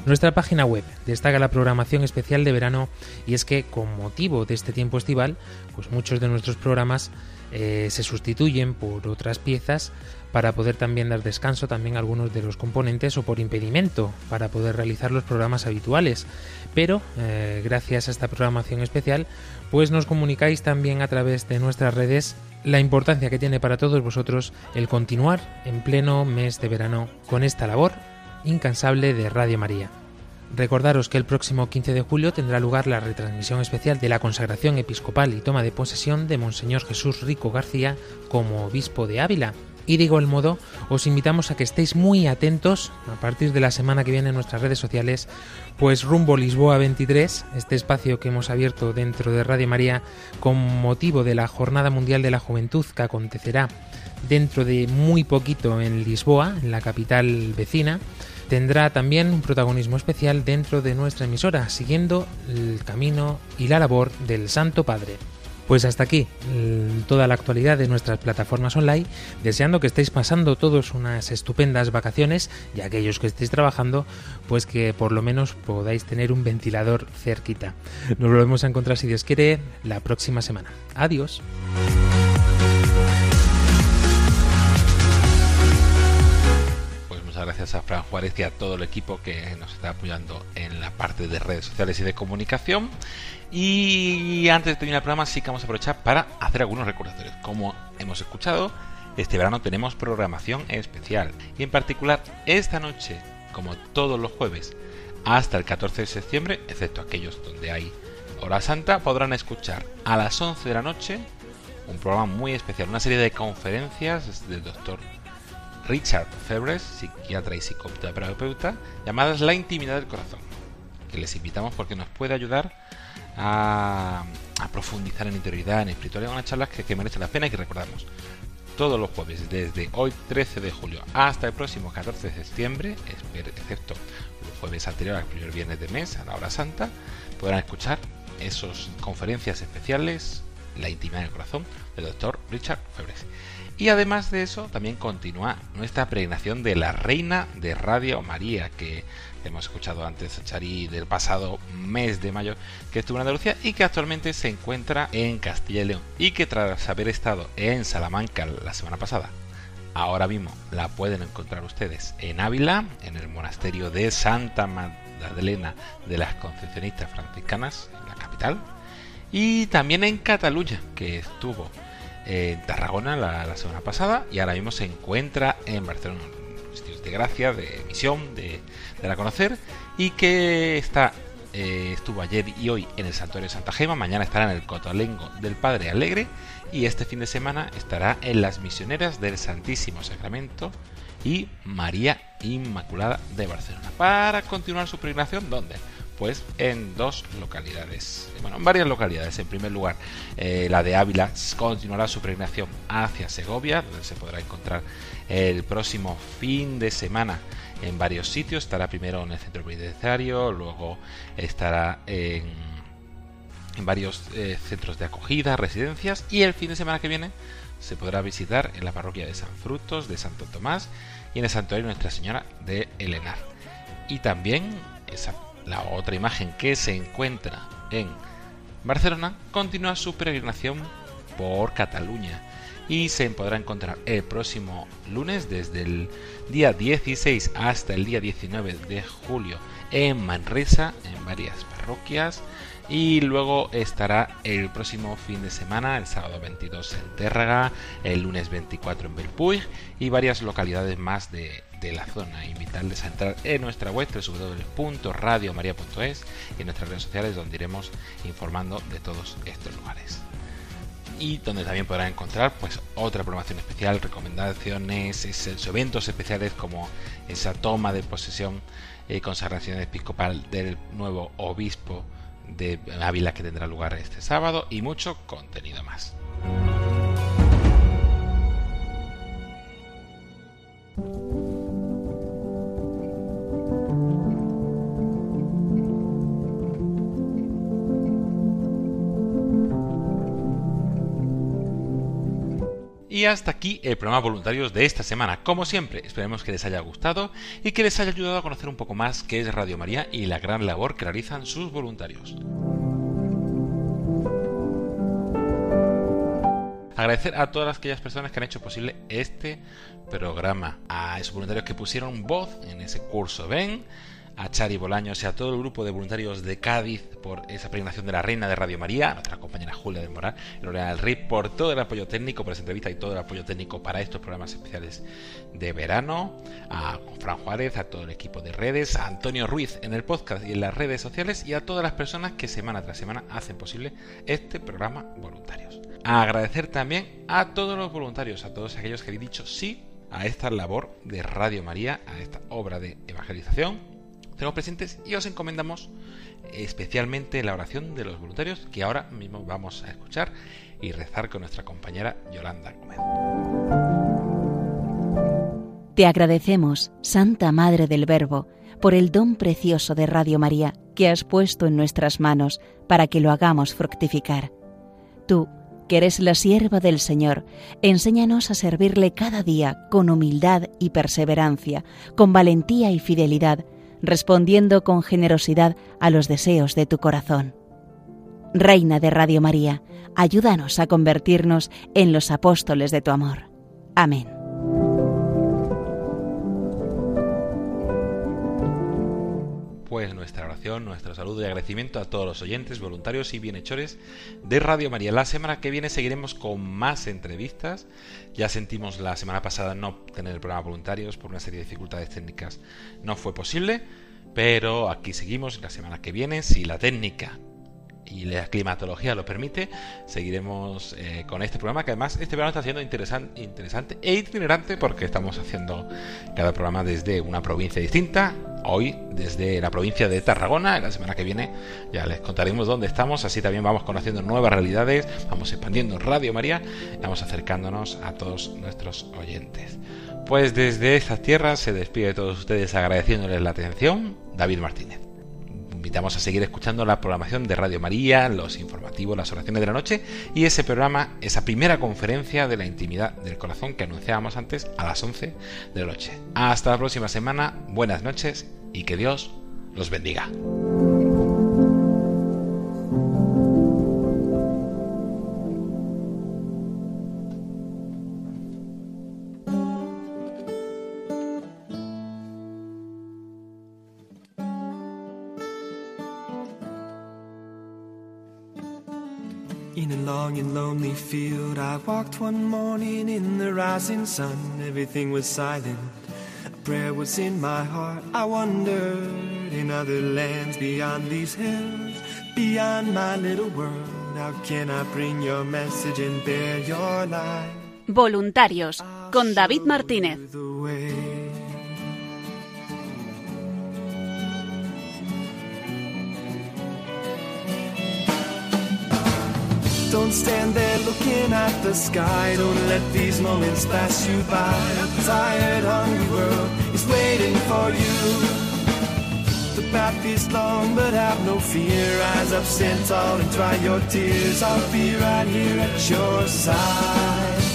Nuestra página web destaca la programación especial de verano, y es que con motivo de este tiempo estival, pues muchos de nuestros programas se sustituyen por otras piezas para poder también dar descanso también a algunos de los componentes, o por impedimento para poder realizar los programas habituales. Pero gracias a esta programación especial, pues nos comunicáis también a través de nuestras redes la importancia que tiene para todos vosotros el continuar en pleno mes de verano con esta labor incansable de Radio María. Recordaros que el próximo 15 de julio tendrá lugar la retransmisión especial de la consagración episcopal y toma de posesión de Monseñor Jesús Rico García como obispo de Ávila. Y de igual modo, os invitamos a que estéis muy atentos a partir de la semana que viene en nuestras redes sociales, pues rumbo Lisboa 23, este espacio que hemos abierto dentro de Radio María con motivo de la Jornada Mundial de la Juventud, que acontecerá dentro de muy poquito en Lisboa, en la capital vecina, tendrá también un protagonismo especial dentro de nuestra emisora, siguiendo el camino y la labor del Santo Padre. Pues hasta aquí toda la actualidad de nuestras plataformas online, deseando que estéis pasando todos unas estupendas vacaciones, y aquellos que estéis trabajando, pues que por lo menos podáis tener un ventilador cerquita. Nos volvemos a encontrar, si Dios quiere, la próxima semana. Adiós. Gracias a Fran Juárez y a todo el equipo que nos está apoyando en la parte de redes sociales y de comunicación. Y antes de terminar el programa, sí que vamos a aprovechar para hacer algunos recordatorios. Como hemos escuchado, este verano tenemos programación especial, y en particular esta noche, como todos los jueves hasta el 14 de septiembre, excepto aquellos donde hay hora santa, podrán escuchar a las 11 de la noche un programa muy especial, una serie de conferencias del doctor Richard Febres, psiquiatra y psicoterapeuta, llamadas La Intimidad del Corazón, que les invitamos porque nos puede ayudar a profundizar en interioridad, en espiritualidad. Unas charlas que merecen la pena y que recordamos todos los jueves, desde hoy 13 de julio hasta el próximo 14 de septiembre, excepto los jueves anteriores al primer viernes de mes, a la hora santa, podrán escuchar esas conferencias especiales, La Intimidad del Corazón, del doctor Richard Febres. Y además de eso, también continúa nuestra peregrinación de la Reina de Radio María, que hemos escuchado antes a Chari, del pasado mes de mayo, que estuvo en Andalucía y que actualmente se encuentra en Castilla y León, y que tras haber estado en Salamanca la semana pasada, ahora mismo la pueden encontrar ustedes en Ávila, en el monasterio de Santa Magdalena de las Concepcionistas Franciscanas, en la capital, y también en Cataluña, que estuvo en Tarragona la semana pasada, y ahora mismo se encuentra en Barcelona, Instituto de Gracia, de Misión, de la Conocer, y que estuvo ayer y hoy en el Santuario de Santa Gema. Mañana estará en el Cotolengo del Padre Alegre, y este fin de semana estará en las Misioneras del Santísimo Sacramento y María Inmaculada de Barcelona, para continuar su peregrinación. ¿Dónde? Pues en dos localidades, bueno, en varias localidades. En primer lugar, la de Ávila continuará su peregrinación hacia Segovia, donde se podrá encontrar el próximo fin de semana en varios sitios. Estará primero en el centro penitenciario, luego estará en varios centros de acogida, residencias, y el fin de semana que viene se podrá visitar en la parroquia de San Frutos, de Santo Tomás, y en el santuario de Nuestra Señora de Elenar. Y también la otra imagen que se encuentra en Barcelona continúa su peregrinación por Cataluña, y se podrá encontrar el próximo lunes, desde el día 16 hasta el día 19 de julio en Manresa, en varias parroquias, y luego estará el próximo fin de semana, el sábado 22 en Térraga, el lunes 24 en Bellpuig, y varias localidades más de la zona. Invitarles a entrar en nuestra web www.radiomaria.es y en nuestras redes sociales, donde iremos informando de todos estos lugares, y donde también podrán encontrar pues otra programación especial, recomendaciones, eventos especiales como esa toma de posesión y consagración episcopal del nuevo obispo de Ávila, que tendrá lugar este sábado, y mucho contenido más. Y hasta aquí el programa Voluntarios de esta semana. Como siempre, esperemos que les haya gustado y que les haya ayudado a conocer un poco más qué es Radio María y la gran labor que realizan sus voluntarios. Agradecer a todas aquellas personas que han hecho posible este programa, a esos voluntarios que pusieron voz en ese curso Ven, a Chari Bolaños y a todo el grupo de voluntarios de Cádiz por esa peregrinación de la Reina de Radio María, a nuestra compañera Julia del Moral y Lorena del Rey por todo el apoyo técnico, por esa entrevista y todo el apoyo técnico para estos programas especiales de verano, a Fran Juárez, a todo el equipo de redes, a Antonio Ruiz en el podcast y en las redes sociales y a todas las personas que semana tras semana hacen posible este programa Voluntarios. A agradecer también a todos los voluntarios, a todos aquellos que habéis dicho sí a esta labor de Radio María, a esta obra de evangelización. Tenemos presentes y os encomendamos especialmente la oración de los voluntarios que ahora mismo vamos a escuchar y rezar con nuestra compañera Yolanda Gómez. Te agradecemos, Santa Madre del Verbo, por el don precioso de Radio María que has puesto en nuestras manos para que lo hagamos fructificar. Tú, que eres la sierva del Señor, enséñanos a servirle cada día con humildad y perseverancia, con valentía y fidelidad, respondiendo con generosidad a los deseos de tu corazón. Reina de Radio María, ayúdanos a convertirnos en los apóstoles de tu amor. Amén. Pues nuestra oración, nuestro saludo y agradecimiento a todos los oyentes, voluntarios y bienhechores de Radio María. La semana que viene seguiremos con más entrevistas. Ya sentimos la semana pasada no tener el programa Voluntarios por una serie de dificultades técnicas. No fue posible, pero aquí seguimos. La semana que viene, si la técnica y la climatología lo permite, seguiremos con este programa, que además este programa está siendo interesante e itinerante porque estamos haciendo cada programa desde una provincia distinta. Hoy desde la provincia de Tarragona, la semana que viene ya les contaremos dónde estamos, así también vamos conociendo nuevas realidades, vamos expandiendo Radio María, vamos acercándonos a todos nuestros oyentes. Pues desde estas tierras se despide de todos ustedes agradeciéndoles la atención, David Martínez. Invitamos a seguir escuchando la programación de Radio María, los informativos, las oraciones de la noche y ese programa, esa primera conferencia de la intimidad del corazón que anunciábamos antes a las 11 de la noche. Hasta la próxima semana, buenas noches y que Dios los bendiga. In a long and lonely field I walked one morning in the rising sun. Everything was silent, a prayer was in my heart. I wondered, in other lands beyond these hills, beyond my little world, how can I bring your message and bear your light? Voluntarios, con David Martínez. Don't stand there looking at the sky. Don't let these moments pass you by. A tired, hungry world is waiting for you. The path is long, but have no fear. Rise up, stand tall, and dry your tears. I'll be right here at your side.